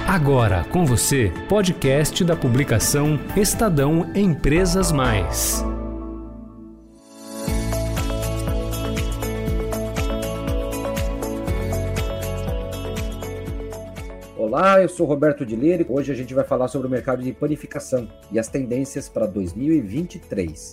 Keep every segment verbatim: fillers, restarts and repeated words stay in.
Agora, com você, podcast da publicação Estadão Empresas Mais. Olá, eu sou Roberto de Lira e hoje a gente vai falar sobre o mercado de panificação e as tendências para dois mil e vinte e três.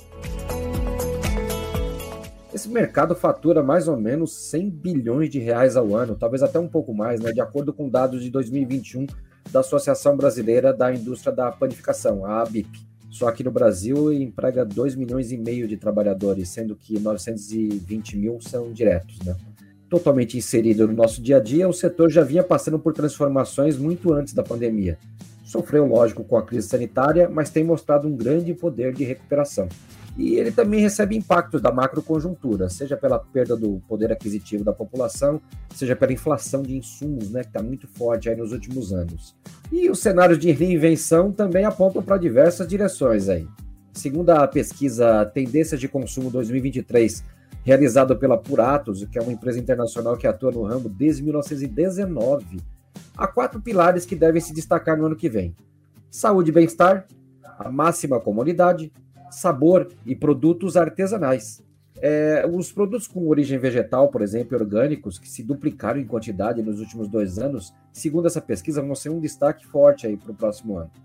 Esse mercado fatura mais ou menos cem bilhões de reais ao ano, talvez até um pouco mais, né, de acordo com dados de dois mil e vinte e um da Associação Brasileira da Indústria da Panificação, a ABIP. Só aqui no Brasil emprega dois milhões e meio de trabalhadores, sendo que novecentos e vinte mil são diretos, né? Totalmente inserido no nosso dia a dia, o setor já vinha passando por transformações muito antes da pandemia. Sofreu, lógico, com a crise sanitária, mas tem mostrado um grande poder de recuperação. E ele também recebe impactos da macroconjuntura, seja pela perda do poder aquisitivo da população, seja pela inflação de insumos, né, que está muito forte aí nos últimos anos. E os cenários de reinvenção também apontam para diversas direções aí. Segundo a pesquisa Tendências de Consumo dois mil e vinte e três, realizada pela Puratos, que é uma empresa internacional que atua no ramo desde mil novecentos e dezenove, há quatro pilares que devem se destacar no ano que vem: saúde e bem-estar, a máxima comodidade, sabor e produtos artesanais. É, os produtos com origem vegetal, por exemplo, orgânicos, que se duplicaram em quantidade nos últimos dois anos, segundo essa pesquisa, vão ser um destaque forte aí para o próximo ano.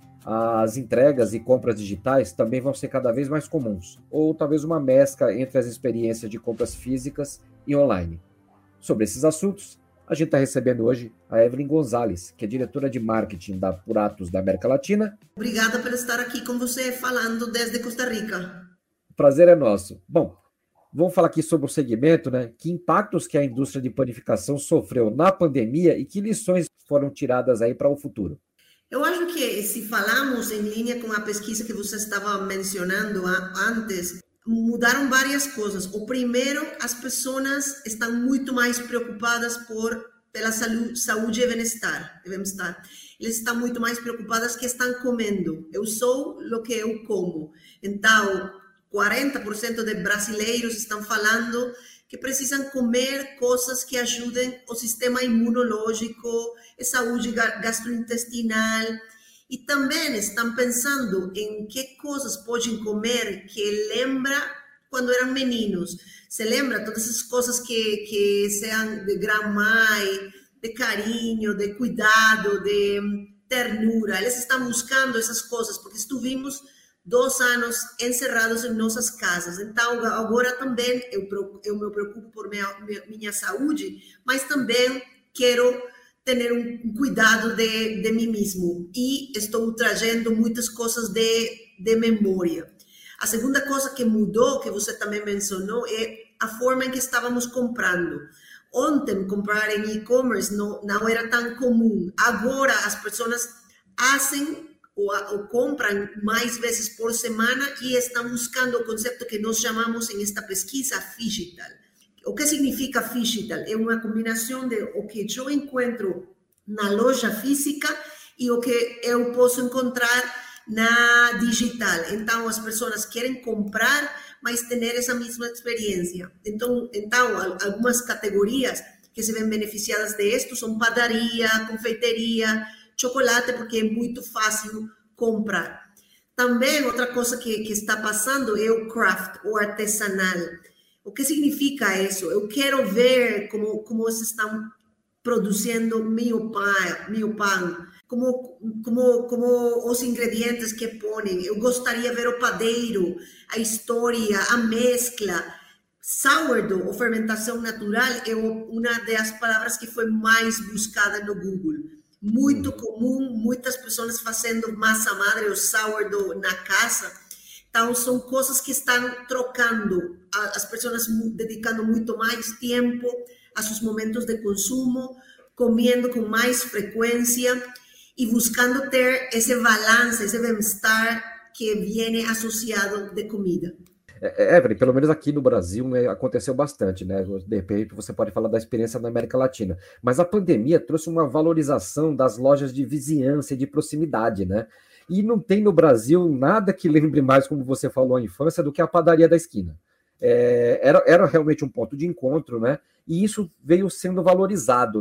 As entregas e compras digitais também vão ser cada vez mais comuns, ou talvez uma mescla entre as experiências de compras físicas e online. Sobre esses assuntos, a gente está recebendo hoje a Evelyn Gonzalez, que é diretora de marketing da Puratos da América Latina. Obrigada por estar aqui com você, falando desde Costa Rica. O prazer é nosso. Bom, vamos falar aqui sobre o segmento, né? Que impactos que a indústria de panificação sofreu na pandemia e que lições foram tiradas aí para o futuro? Eu acho que se falamos em linha com a pesquisa que você estava mencionando antes, mudaram várias coisas. O primeiro, as pessoas estão muito mais preocupadas por pela saúde, saúde e bem-estar, bem-estar. Eles estão muito mais preocupadas que estão comendo. Eu sou o que eu como. Então, quarenta por cento de brasileiros estão falando que precisam comer coisas que ajudem o sistema imunológico, a saúde gastrointestinal. E também estão pensando em que coisas podem comer que lembra quando eram meninos. Se lembra todas essas coisas que, que sejam de grão-mãe, de carinho, de cuidado, de ternura. Eles estão buscando essas coisas porque estivemos dois anos encerrados em nossas casas. Então, agora também eu, eu me preocupo por minha, minha saúde, mas também quero ter um cuidado de, de mim mesmo. E estou trazendo muitas coisas de, de memória. A segunda coisa que mudou, que você também mencionou, é a forma em que estávamos comprando. Ontem, comprar em e-commerce não, não era tão comum. Agora, as pessoas fazem ou, ou compram mais vezes por semana e estão buscando o conceito que nós chamamos em esta pesquisa digital. O que significa digital? É uma combinação de o que eu encontro na loja física e o que eu posso encontrar na digital. Então, as pessoas querem comprar, mas ter essa mesma experiência. Então, então algumas categorias que se ven beneficiadas de esto são padaria, confeiteria, chocolate, porque é muito fácil comprar. Também, outra coisa que, que está passando é o craft, o artesanal. O que significa isso? Eu quero ver como, como se estão produzindo meu pão, meu pão como, como, como os ingredientes que põem. Eu gostaria de ver o padeiro, a história, a mescla. Sourdough, ou fermentação natural, é uma das palavras que foi mais buscada no Google. Muito comum, muitas pessoas fazendo massa madre ou sourdough na casa. Então, são coisas que estão trocando, as pessoas dedicando muito mais tempo a seus momentos de consumo, comendo com mais frequência e buscando ter esse balanço, esse bem-estar que vem associado de comida. É, Evelyn, pelo menos aqui no Brasil, né, aconteceu bastante, né? De repente você pode falar da experiência na América Latina, mas a pandemia trouxe uma valorização das lojas de vizinhança e de proximidade, né? E não tem no Brasil nada que lembre mais, como você falou, a infância, do que a padaria da esquina. É, era, era realmente um ponto de encontro, né? E isso veio sendo valorizado, né?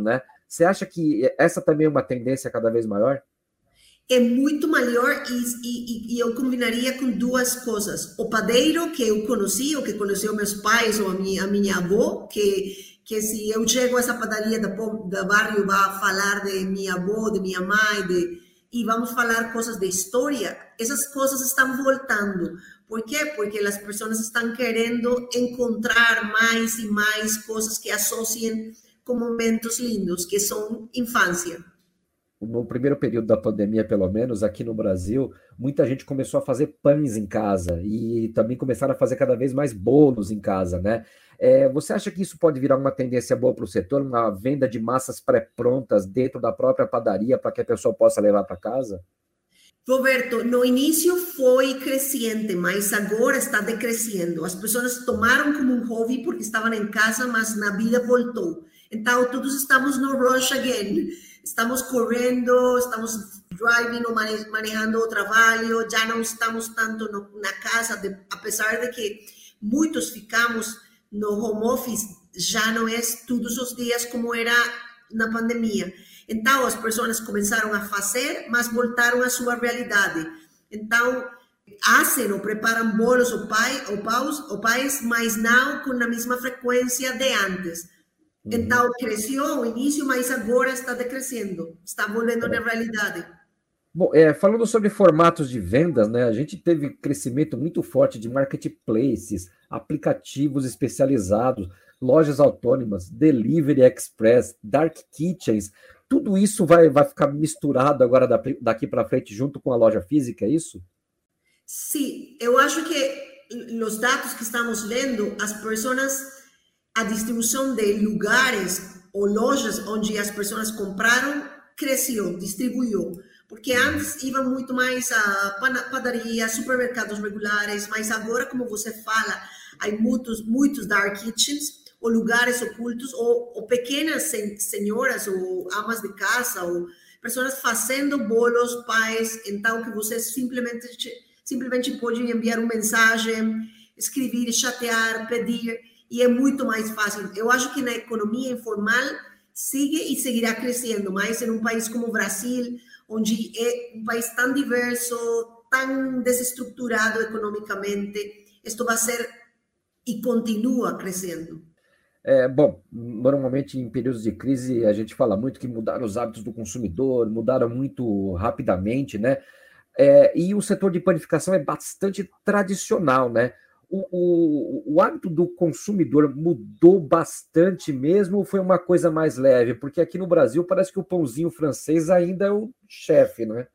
Você acha que essa também é uma tendência cada vez maior? É muito maior e, e, e eu combinaria com duas coisas. O padeiro que eu conheci, ou que conheceu meus pais, ou a minha, a minha avó, que, que se eu chego a essa padaria do, do bairro, vai falar de minha avó, de minha mãe, de, e vamos falar coisas de história, essas coisas estão voltando. Por quê? Porque as pessoas estão querendo encontrar mais e mais coisas que associem com momentos lindos, que são infância. No primeiro período da pandemia, pelo menos, aqui no Brasil, muita gente começou a fazer pães em casa e também começaram a fazer cada vez mais bolos em casa, né? É, você acha que isso pode virar uma tendência boa para o setor, uma venda de massas pré-prontas dentro da própria padaria para que a pessoa possa levar para casa? Roberto, no início foi crescente, mas agora está decrescendo. As pessoas tomaram como um hobby porque estavam em casa, mas na vida voltou. Então, todos estamos no rush again. Estamos correndo, estamos driving ou manejando o trabalho, já não estamos tanto no, na casa, de, apesar de que muitos ficamos no home office, já não é todos os dias como era na pandemia. Então, as pessoas começaram a fazer, mas voltaram à sua realidade. Então, fazem ou preparam bolos ou, pai, ou, paus, ou pais, mas não com a mesma frequência de antes. Então, cresceu ao início, mas agora está decrescendo, está voltando à realidade. Bom, é, falando sobre formatos de vendas, né, a gente teve crescimento muito forte de marketplaces, aplicativos especializados, lojas autônomas, delivery express, dark kitchens, tudo isso vai, vai ficar misturado agora daqui para frente junto com a loja física, é isso? Sim, eu acho que os dados que estamos vendo, as pessoas... A distribuição de lugares ou lojas onde as pessoas compraram cresceu, distribuiu. Porque antes iam muito mais a padarias, supermercados regulares, mas agora, como você fala, há muitos, muitos dark kitchens, ou lugares ocultos, ou, ou pequenas senhoras, ou amas de casa, ou pessoas fazendo bolos, pais, então que você simplesmente, simplesmente pode enviar uma mensagem, escrever, chatear, pedir, e é muito mais fácil. Eu acho que na economia informal sigue e seguirá crescendo, mas em um país como o Brasil, onde é um país tão diverso, tão desestruturado economicamente, isto vai ser e continua crescendo. É, bom, normalmente em períodos de crise a gente fala muito que mudaram os hábitos do consumidor, mudaram muito rapidamente, né? É, e o setor de panificação é bastante tradicional, né? O, o, o hábito do consumidor mudou bastante mesmo ou foi uma coisa mais leve? Porque aqui no Brasil parece que o pãozinho francês ainda é o chefe, né?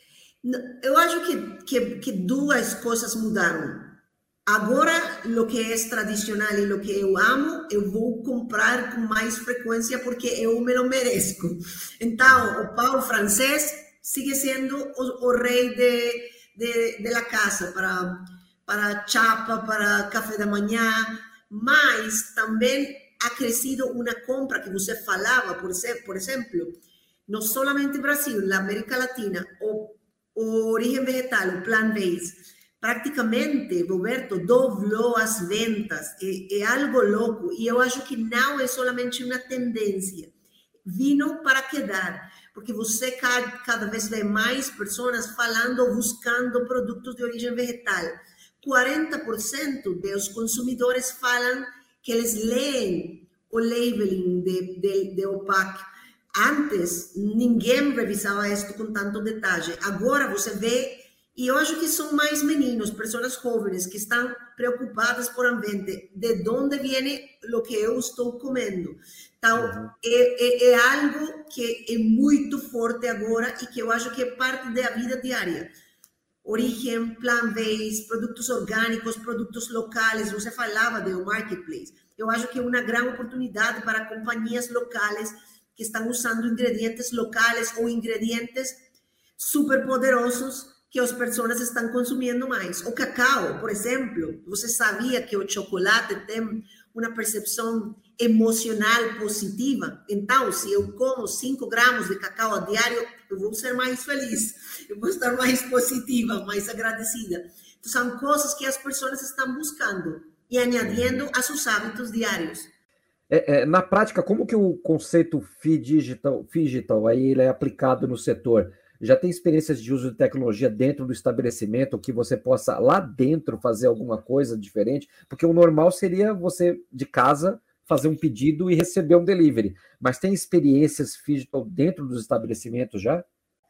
Eu acho que, que, que duas coisas mudaram. Agora, o que é tradicional e o que eu amo, eu vou comprar com mais frequência porque eu me lo mereço. Então, o pão francês sigue sendo o, o rei de, de, de la casa para... para chapa, para café da manhã, mas também ha crescido uma compra que você falava, por, ser, por exemplo, não somente Brasil, na América Latina, o, o origem vegetal, o plant-based, praticamente, Roberto, dobrou as vendas, é, é algo louco, e eu acho que não é somente uma tendência, vino para quedar, porque você cada, cada vez vê mais pessoas falando, buscando produtos de origem vegetal. quarenta por cento dos consumidores falam que eles leem o labeling de, de, de O P A C. Antes, ninguém revisava isso com tanto detalhe. Agora você vê, e eu acho que são mais meninos, pessoas jovens, que estão preocupadas por ambiente, de onde vem o que eu estou comendo. Então, uhum. é, é, é algo que é muito forte agora e que eu acho que é parte da vida diária. Origem, plant-based, produtos orgânicos, produtos locais, você falava do marketplace. Eu acho que é uma grande oportunidade para companhias locais que estão usando ingredientes locais ou ingredientes super poderosos que as pessoas estão consumindo mais. O cacau, por exemplo, você sabia que o chocolate tem uma percepção emocional positiva? Então, se eu como cinco gramas de cacau a diário, eu vou ser mais feliz, eu vou estar mais positiva, mais agradecida. Então, são coisas que as pessoas estão buscando e añadindo a seus hábitos diários. É, é, na prática, como que o conceito Phygital, Phygital aí ele é aplicado no setor? Já tem experiências de uso de tecnologia dentro do estabelecimento que você possa lá dentro fazer alguma coisa diferente? Porque o normal seria você de casa fazer um pedido e receber um delivery. Mas tem experiências Phygital dentro dos estabelecimentos já?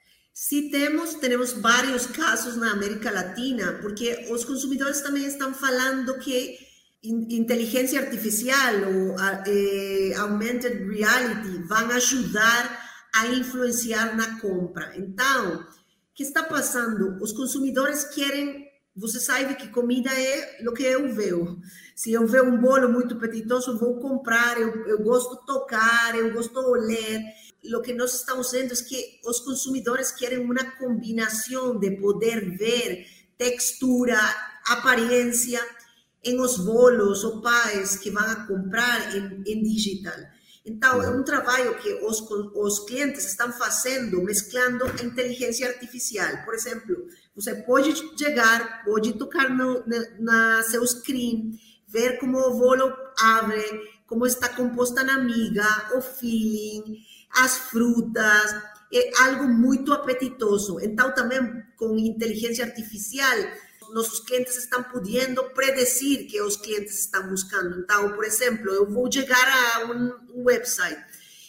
Sí temos, temos vários casos na América Latina, porque os consumidores também estão falando que inteligência artificial ou eh, augmented reality vão ajudar a influenciar na compra. Então, o que está passando? Os consumidores querem, você sabe que comida é o que eu vejo. Se eu ver um bolo muito apetitoso, eu vou comprar, eu, eu gosto de tocar, eu gosto de oler. O que nós estamos vendo é que os consumidores querem uma combinação de poder ver textura, aparência em os bolos ou pães que vão a comprar em, em digital. Então, é um trabalho que os, os clientes estão fazendo, mesclando a inteligência artificial. Por exemplo, você pode chegar, pode tocar no na, na seu screen, ver como o bolo abre, como está composta na miga, o feeling, as frutas, é algo muito apetitoso. Então, também com inteligência artificial, nossos clientes estão podendo predecir que os clientes estão buscando. Então, por exemplo, eu vou chegar a um website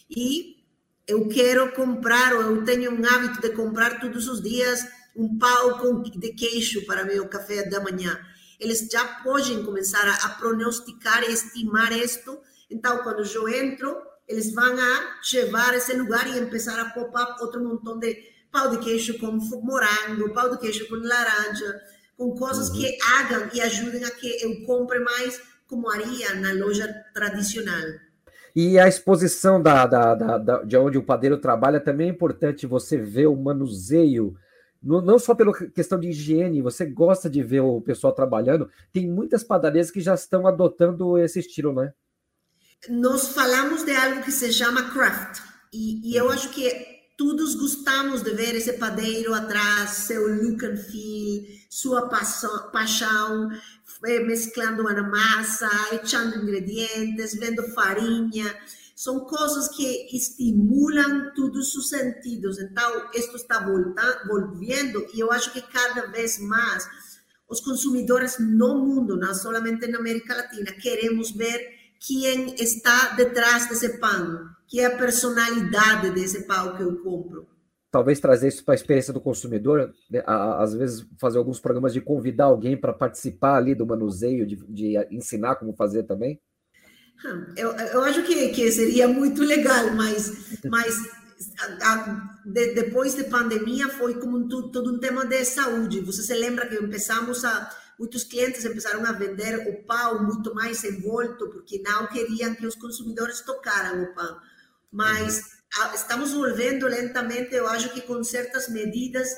e eu quero comprar, ou eu tenho um hábito de comprar todos os dias um pão com, de queijo para meu café da manhã. Eles já podem começar a, a pronosticar e estimar isto. Então, quando eu entro, eles vão a levar esse lugar e começar a pop-up outro montão de pão de queijo com morango, pão de queijo com laranja, com coisas uhum. que hagam e ajudem a que eu compre mais como haria na loja tradicional. E a exposição da, da, da, da, de onde o padeiro trabalha também é importante você ver o manuseio, não, não só pela questão de higiene, você gosta de ver o pessoal trabalhando. Tem muitas padarias que já estão adotando esse estilo, né? Nós falamos de algo que se chama craft, e, e eu acho que todos gostamos de ver esse padeiro atrás, seu look and feel, sua paixão, paixão mesclando uma massa, echando ingredientes, vendo farinha. São coisas que estimulam todos os sentidos. Então, isto está voltando e eu acho que cada vez mais os consumidores no mundo, não somente na América Latina, queremos ver quem está detrás desse pão, que é a personalidade desse pão que eu compro. Talvez trazer isso para a experiência do consumidor, né? Às vezes fazer alguns programas de convidar alguém para participar ali do manuseio, de, de ensinar como fazer também. Eu, eu acho que, que seria muito legal, mas, mas a, a, de, depois da pandemia foi como um, todo um tema de saúde. Você se lembra que começamos a... Muitos clientes começaram a vender o pão muito mais envolto, porque não queriam que os consumidores tocaram o pão. Mas uhum. estamos volvendo lentamente, eu acho que com certas medidas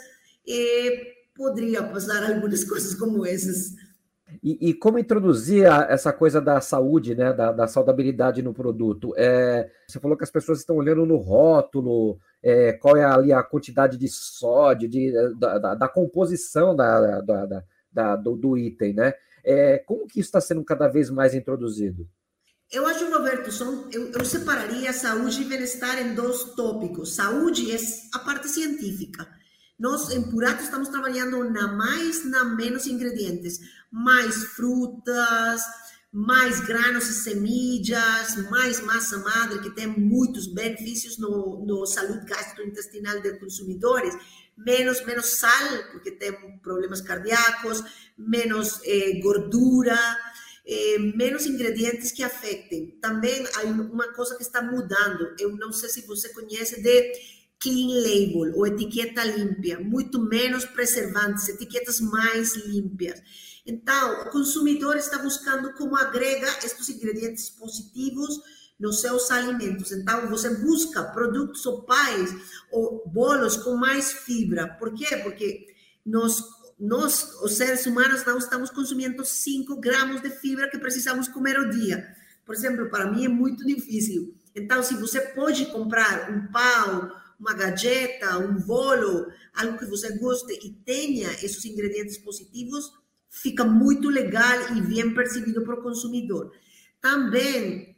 eh, poderia passar algumas coisas como essas. E, e como introduzir a, essa coisa da saúde, né, da, da saudabilidade no produto? É, você falou que as pessoas estão olhando no rótulo, é, qual é ali a quantidade de sódio, de, da, da, da composição da, da, da Da, do, do item, né? É, como que isso está sendo cada vez mais introduzido? Eu acho, Roberto, são, eu, eu separaria saúde e bem-estar em dois tópicos. Saúde é a parte científica. Nós, em Purato, estamos trabalhando na mais, na menos ingredientes. Mais frutas, mais granos e semillas, mais massa madre, que tem muitos benefícios no, no saúde gastrointestinal dos consumidores. Menos, menos sal, porque tem problemas cardíacos, menos eh, gordura, eh, menos ingredientes que afetem. Também há uma coisa que está mudando, eu não sei se você conhece, de clean label, ou etiqueta limpa, muito menos preservantes, etiquetas mais limpas. Então, o consumidor está buscando como agrega estes ingredientes positivos nos seus alimentos. Então, você busca produtos ou pães ou bolos com mais fibra. Por quê? Porque nós, nós, os seres humanos, não estamos consumindo cinco gramas de fibra que precisamos comer ao dia. Por exemplo, para mim é muito difícil. Então, se você pode comprar um pão, uma galleta, um bolo, algo que você goste e tenha esses ingredientes positivos, fica muito legal e bem percebido para o consumidor. Também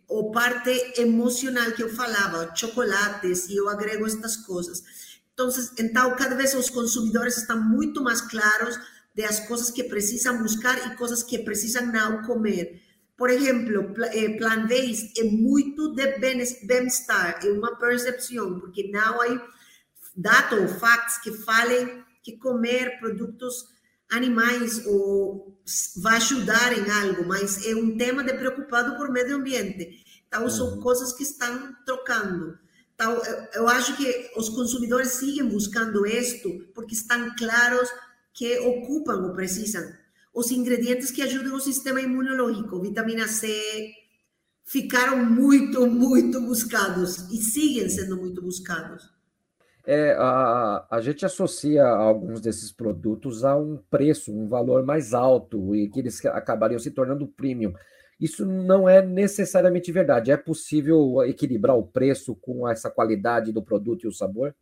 ou parte emocional que eu falava, chocolates, e eu agrego estas coisas. Então, então, cada vez os consumidores estão muito mais claros das coisas que precisam buscar e coisas que precisam não comer. Por exemplo, plant-based é muito de bem-estar, é uma percepção, porque não há dados ou factos que falem que comer produtos animais ou vai ajudar em algo, mas é um tema de preocupado por meio ambiente. Então, são coisas que estão trocando. Então, eu acho que os consumidores seguem buscando isto porque estão claros que ocupam ou precisam. Os ingredientes que ajudam o sistema imunológico, vitamina C, ficaram muito, muito buscados e seguem sendo muito buscados. É, a, a gente associa alguns desses produtos a um preço, um valor mais alto e que eles acabariam se tornando premium. Isso não é necessariamente verdade. É possível equilibrar o preço com essa qualidade do produto e o sabor?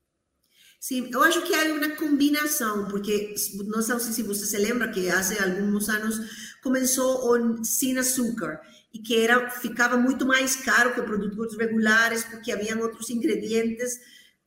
Sim, eu acho que há uma combinação, porque não sei se você se lembra que há alguns anos começou o sem açúcar e que era, ficava muito mais caro que produtos regulares porque haviam outros ingredientes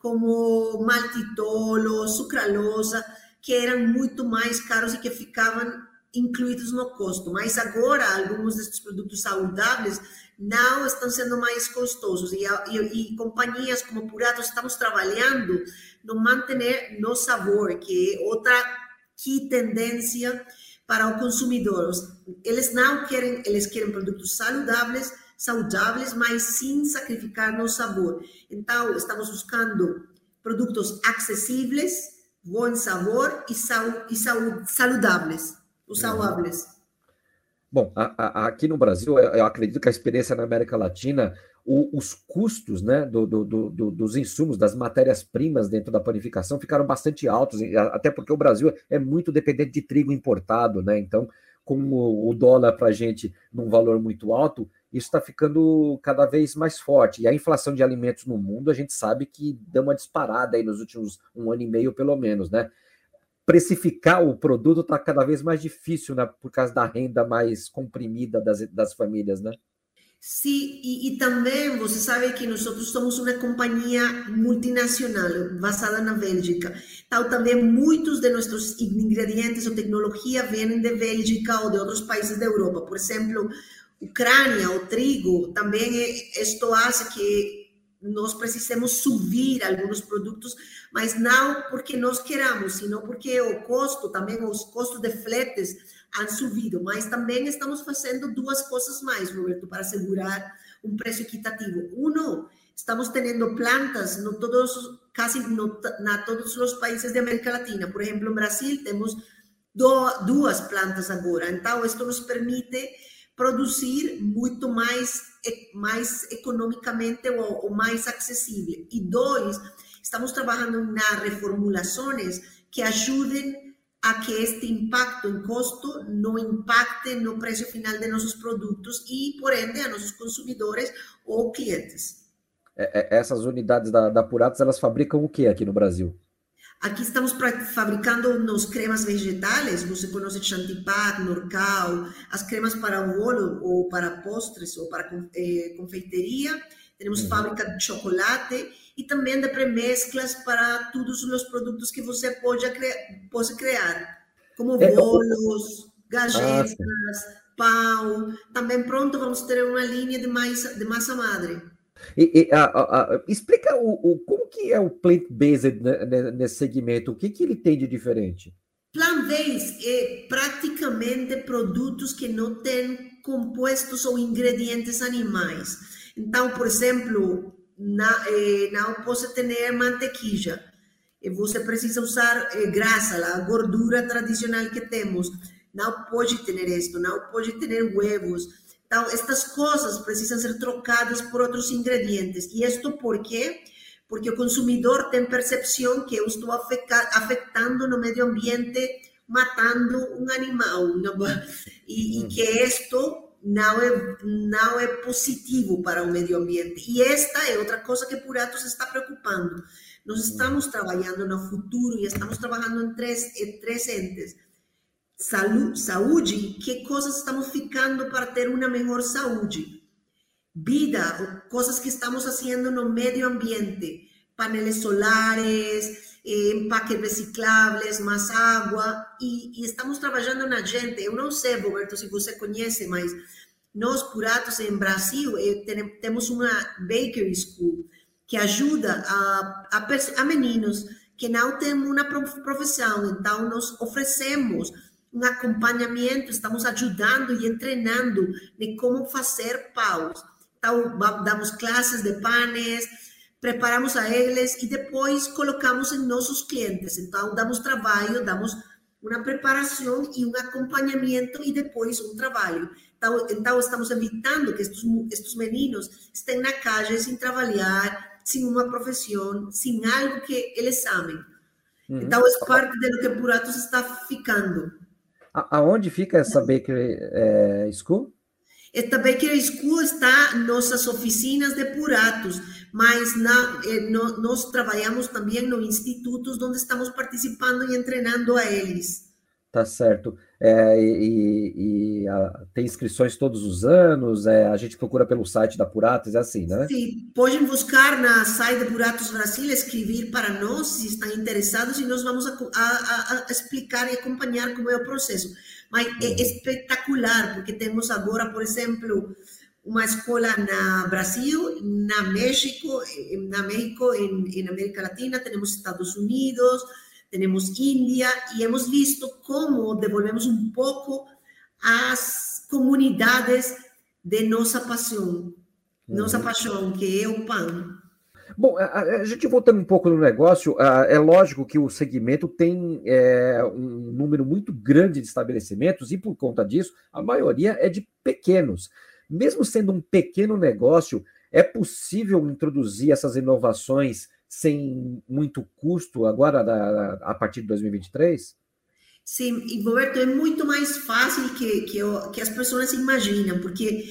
como maltitolo, sucralosa, que eram muito mais caros e que ficavam incluídos no custo. Mas agora, alguns desses produtos saudáveis não estão sendo mais custosos. E, e, e companhias como Puratos estamos trabalhando no manter no sabor, que é outra que tendência para o consumidor. Eles não querem, eles querem produtos saudáveis, saudáveis, mas sem sacrificar no sabor. Então, estamos buscando produtos acessíveis, bom sabor e, sal, e sal, saludáveis, os saudáveis. Bom, a, a, aqui no Brasil, eu acredito que a experiência na América Latina, o, os custos, né, do, do, do, dos insumos, das matérias-primas dentro da panificação ficaram bastante altos, até porque o Brasil é muito dependente de trigo importado, né? Então, com o, o dólar para a gente num valor muito alto, isso está ficando cada vez mais forte. E a inflação de alimentos no mundo, a gente sabe que deu uma disparada aí nos últimos um ano e meio, pelo menos, né? Precificar o produto está cada vez mais difícil, né, por causa da renda mais comprimida das, das famílias, né? Sim, e, e também você sabe que nós somos uma companhia multinacional basada na Bélgica. Então, também muitos de nossos ingredientes ou tecnologia vêm de Bélgica ou de outros países da Europa. Por exemplo, Ucrânia, o trigo, também isto faz que nós precisamos subir alguns produtos, mas não porque nós queramos, sino porque o custo, também os custos de fretes han subido, mas também estamos fazendo duas coisas mais, Roberto, para assegurar um preço equitativo. Uno, estamos tendo plantas no todos, quase no, na todos os países da América Latina. Por exemplo, no Brasil temos do, duas plantas agora, então isso nos permite produzir muito mais, mais economicamente ou, ou mais acessível. E dois, estamos trabalhando nas reformulações que ajudem a que este impacto em custo não impacte no preço final de nossos produtos e, por ende, a nossos consumidores ou clientes. É, é, essas unidades da, da Puratos, elas fabricam o que aqui no Brasil? Aqui estamos fabricando nos cremas vegetais, você conhece Chantipac, Norcal, as cremas para o bolo ou para postres ou para eh, confeiteria. Temos uhum. fábrica de chocolate e também de pré-mesclas para todos os produtos que você pode, pode criar, como é, bolos, gagetas, ah, pão. Também pronto vamos ter uma linha de massa, de massa madre. E, e, a, a, a, explica o, o, como que é o plant-based nesse segmento, o que, que ele tem de diferente? Plant-based é praticamente produtos que não têm compostos ou ingredientes animais. Então, por exemplo, na, eh, não pode ter mantequilla. Você precisa usar eh, grasa, a gordura tradicional que temos. Não pode ter isso, não pode ter huevos. Então, estas coisas precisam ser trocadas por outros ingredientes. E isto por quê? Porque o consumidor tem percepção que eu estou afetando no meio ambiente, matando um animal. E, e que isto não é, não é positivo para o meio ambiente. E esta é outra coisa que Puratos está preocupando. Nós estamos trabalhando no futuro e estamos trabalhando em três, em três entes. Saúde, saúde, que coisas estamos ficando para ter uma melhor saúde? vida, cosas que estamos haciendo no medio ambiente, paneles solares, eh, empaques recicláveis, mais água, e, e estamos trabalhando na gente. Eu não sei, Roberto, se você conhece, mas nós, Puratos, em Brasil, eh, tem, temos uma bakery school que ajuda a, a, a meninos que não têm uma profissão. Então, nós oferecemos um acompanhamento, estamos ajudando e treinando de como fazer paus. Então, damos classes de panes, preparamos a eles e depois colocamos em nossos clientes. Então, damos trabalho, damos uma preparação e um acompanhamento e depois um trabalho. Então, então estamos evitando que estes, estes meninos estejam na casa sem trabalhar, sem uma profissão, sem algo que eles amem. Uhum. Então, é parte do que Puratos está ficando. A, aonde fica essa Bakery é, School? Esta Bakery School está em nossas oficinas de Puratos, mas na, eh, no, nós trabalhamos também no institutos onde estamos participando e treinando a eles. Tá certo. É, e e a, tem inscrições todos os anos, é, a gente procura pelo site da Puratos, é assim, né? Sim, podem buscar na site de Puratos Brasil, escrever para nós se estão interessados e nós vamos a, a, a explicar e acompanhar como é o processo. Mas uhum. é espetacular, porque temos agora, por exemplo, uma escola na Brasil, na México, na México, em, em América Latina, temos Estados Unidos, temos Índia, e hemos visto como devolvemos um pouco as comunidades de nossa paixão, uhum. nossa paixão, que é o pão. Bom, a, a gente voltando um pouco no negócio, a, é lógico que o segmento tem é, um número muito grande de estabelecimentos e, por conta disso, a maioria é de pequenos. Mesmo sendo um pequeno negócio, é possível introduzir essas inovações sem muito custo agora, da, a partir de dois mil e vinte e três? Sim, e Roberto, é muito mais fácil que, que, que as pessoas imaginam, porque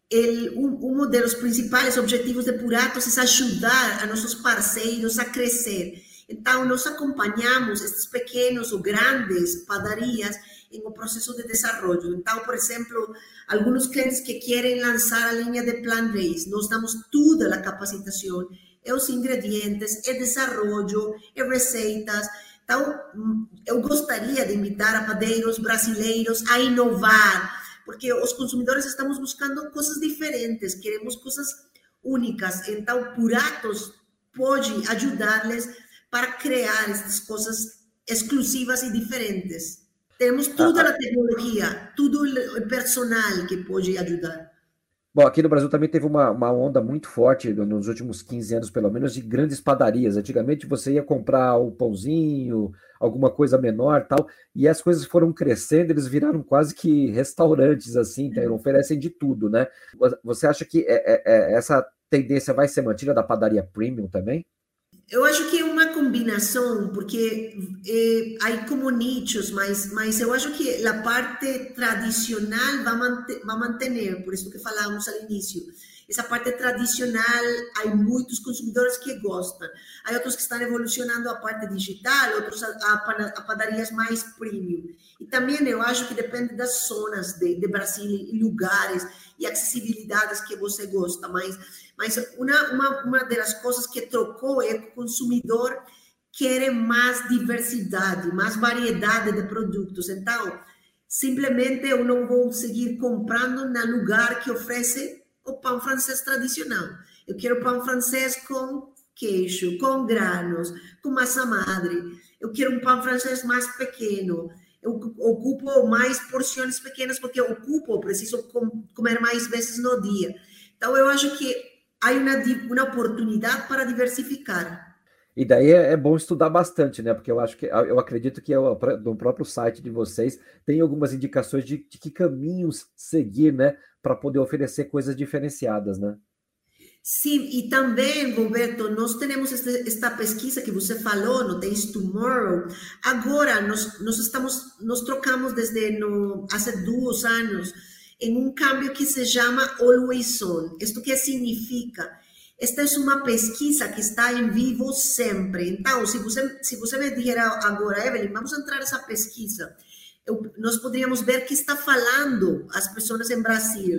el, um, um dos principais objetivos de Puratos é ajudar a nossos parceiros a crescer. Então, nós acompanhamos esses pequenos ou grandes padarias em um processo de desenvolvimento. Então, por exemplo, alguns clientes que querem lançar a linha de plant-based, nós damos toda a capacitação, é os ingredientes, é desenvolvimento, é receitas. Então, eu gostaria de invitar a padeiros brasileiros a inovar, porque os consumidores estamos buscando coisas diferentes, queremos coisas únicas. Então, Puratos pode ajudar-les para criar essas coisas exclusivas e diferentes. Temos toda a tecnologia, tudo o personal que pode ajudar. Bom, aqui no Brasil também teve uma, uma onda muito forte nos últimos quinze anos, pelo menos, de grandes padarias. Antigamente você ia comprar o pãozinho, alguma coisa menor tal, e as coisas foram crescendo, eles viraram quase que restaurantes, assim, então, oferecem de tudo, né? Você acha que é, é, essa tendência vai ser mantida da padaria premium também? Eu acho que é uma combinação, porque eh, há como nichos, mas, mas eu acho que a parte tradicional vai manter, vai manter, por isso que falamos ao início. Essa parte tradicional, há muitos consumidores que gostam. Há outros que estão evolucionando a parte digital, outros a, a, a padarias mais premium. E também eu acho que depende das zonas de, de Brasil, e lugares e acessibilidades que você gosta, mas, mas uma, uma, uma das coisas que trocou é que o consumidor quer mais diversidade, mais variedade de produtos. Então, simplesmente eu não vou seguir comprando no lugar que oferece o pão francês tradicional. Eu quero pão francês com queijo, com granos, com massa madre. Eu quero um pão francês mais pequeno. Eu ocupo mais porções pequenas porque eu ocupo, preciso comer mais vezes no dia. Então, eu acho que há uma, uma oportunidade para diversificar. E daí é, é bom estudar bastante, né? Porque eu acho que eu acredito que eu, no próprio site de vocês tem algumas indicações de, de que caminhos seguir, né? Para poder oferecer coisas diferenciadas, né? Sim, e também, Roberto, nós temos esta, esta pesquisa que você falou no Taste Tomorrow. Agora, nós, nós, estamos, nós trocamos desde no, há dois anos em um cambio que se chama Always On. Isto que significa? Esta é uma pesquisa que está em vivo sempre. Então, se você, se você me disser agora, Evelyn, vamos entrar nessa pesquisa, eu, nós poderíamos ver que está falando as pessoas em Brasil.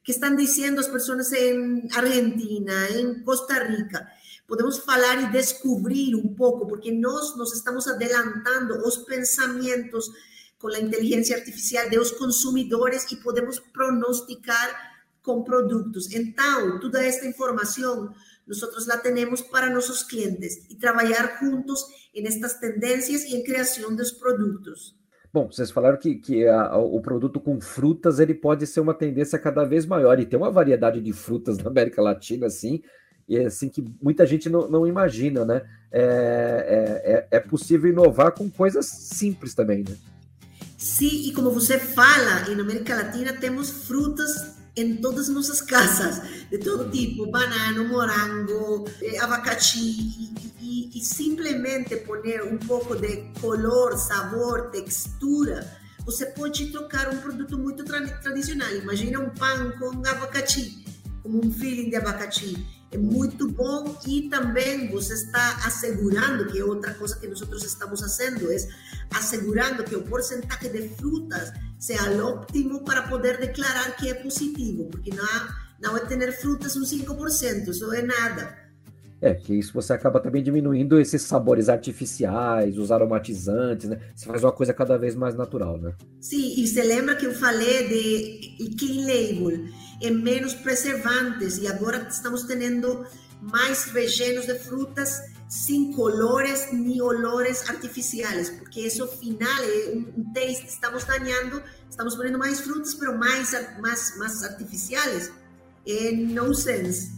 que estão dizendo as pessoas em Argentina, em Costa Rica. Podemos falar e descobrir um pouco, porque nós nos estamos adelantando os pensamentos com a inteligência artificial de os consumidores e podemos pronosticar com produtos. Então, toda esta informação nosotros la tenemos para nuestros clientes y trabajar juntos en estas tendencias y en creación de los productos. Bom, vocês falaram que, que a, o produto com frutas ele pode ser uma tendência cada vez maior, e tem uma variedade de frutas na América Latina, assim, e assim que muita gente não, não imagina, né? É, é, é possível inovar com coisas simples também, né? Sim, e como você fala, em América Latina temos frutas em todas nossas casas, de todo tipo, banano, morango, eh, abacaxi, e, e, e simplesmente poner um pouco de color, sabor, textura, você pode trocar um produto muito tra- tradicional. Imagina um pão com abacaxi, com um feeling de abacaxi. É muito bom e também você está assegurando, que é outra coisa que nós estamos fazendo, é assegurando que o porcentagem de frutas seja óptimo para poder declarar que é positivo, porque não, não é ter frutas um cinco por cento, isso é nada. É, que isso você acaba também diminuindo esses sabores artificiais, os aromatizantes, né? Você faz uma coisa cada vez mais natural, né? Sim, e você lembra que eu falei de clean label, é menos preservantes, e agora estamos tendo mais rellenos de frutas sem colores nem olores artificiais, porque isso final é um, um taste, estamos dañando, estamos ponendo mais frutas, mas mais, mais, mais artificiais. É nonsense.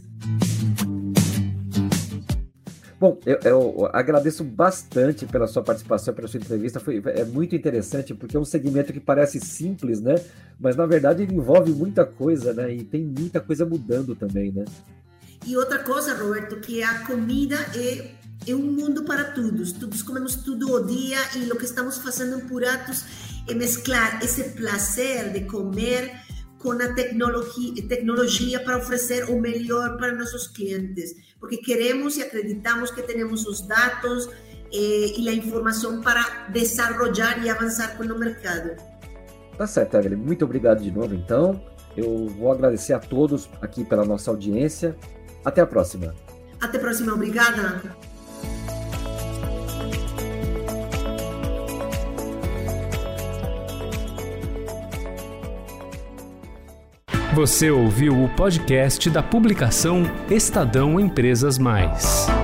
Bom, eu, eu agradeço bastante pela sua participação, pela sua entrevista, foi, é muito interessante, porque é um segmento que parece simples, né? Mas, na verdade, ele envolve muita coisa, né? E tem muita coisa mudando também, né? E outra coisa, Roberto, que a comida é, é um mundo para todos. Todos comemos tudo o dia e o que estamos fazendo em Puratos é mesclar esse prazer de comer com a tecnologia, tecnologia para oferecer o melhor para nossos clientes, porque queremos e acreditamos que temos os dados eh, e a informação para desenvolver e avançar com o mercado. Tá certo, Evelyn. Muito obrigado de novo, então. Eu vou agradecer a todos aqui pela nossa audiência. Até a próxima. Até a próxima. Obrigada. Você ouviu o podcast da publicação Estadão Empresas Mais.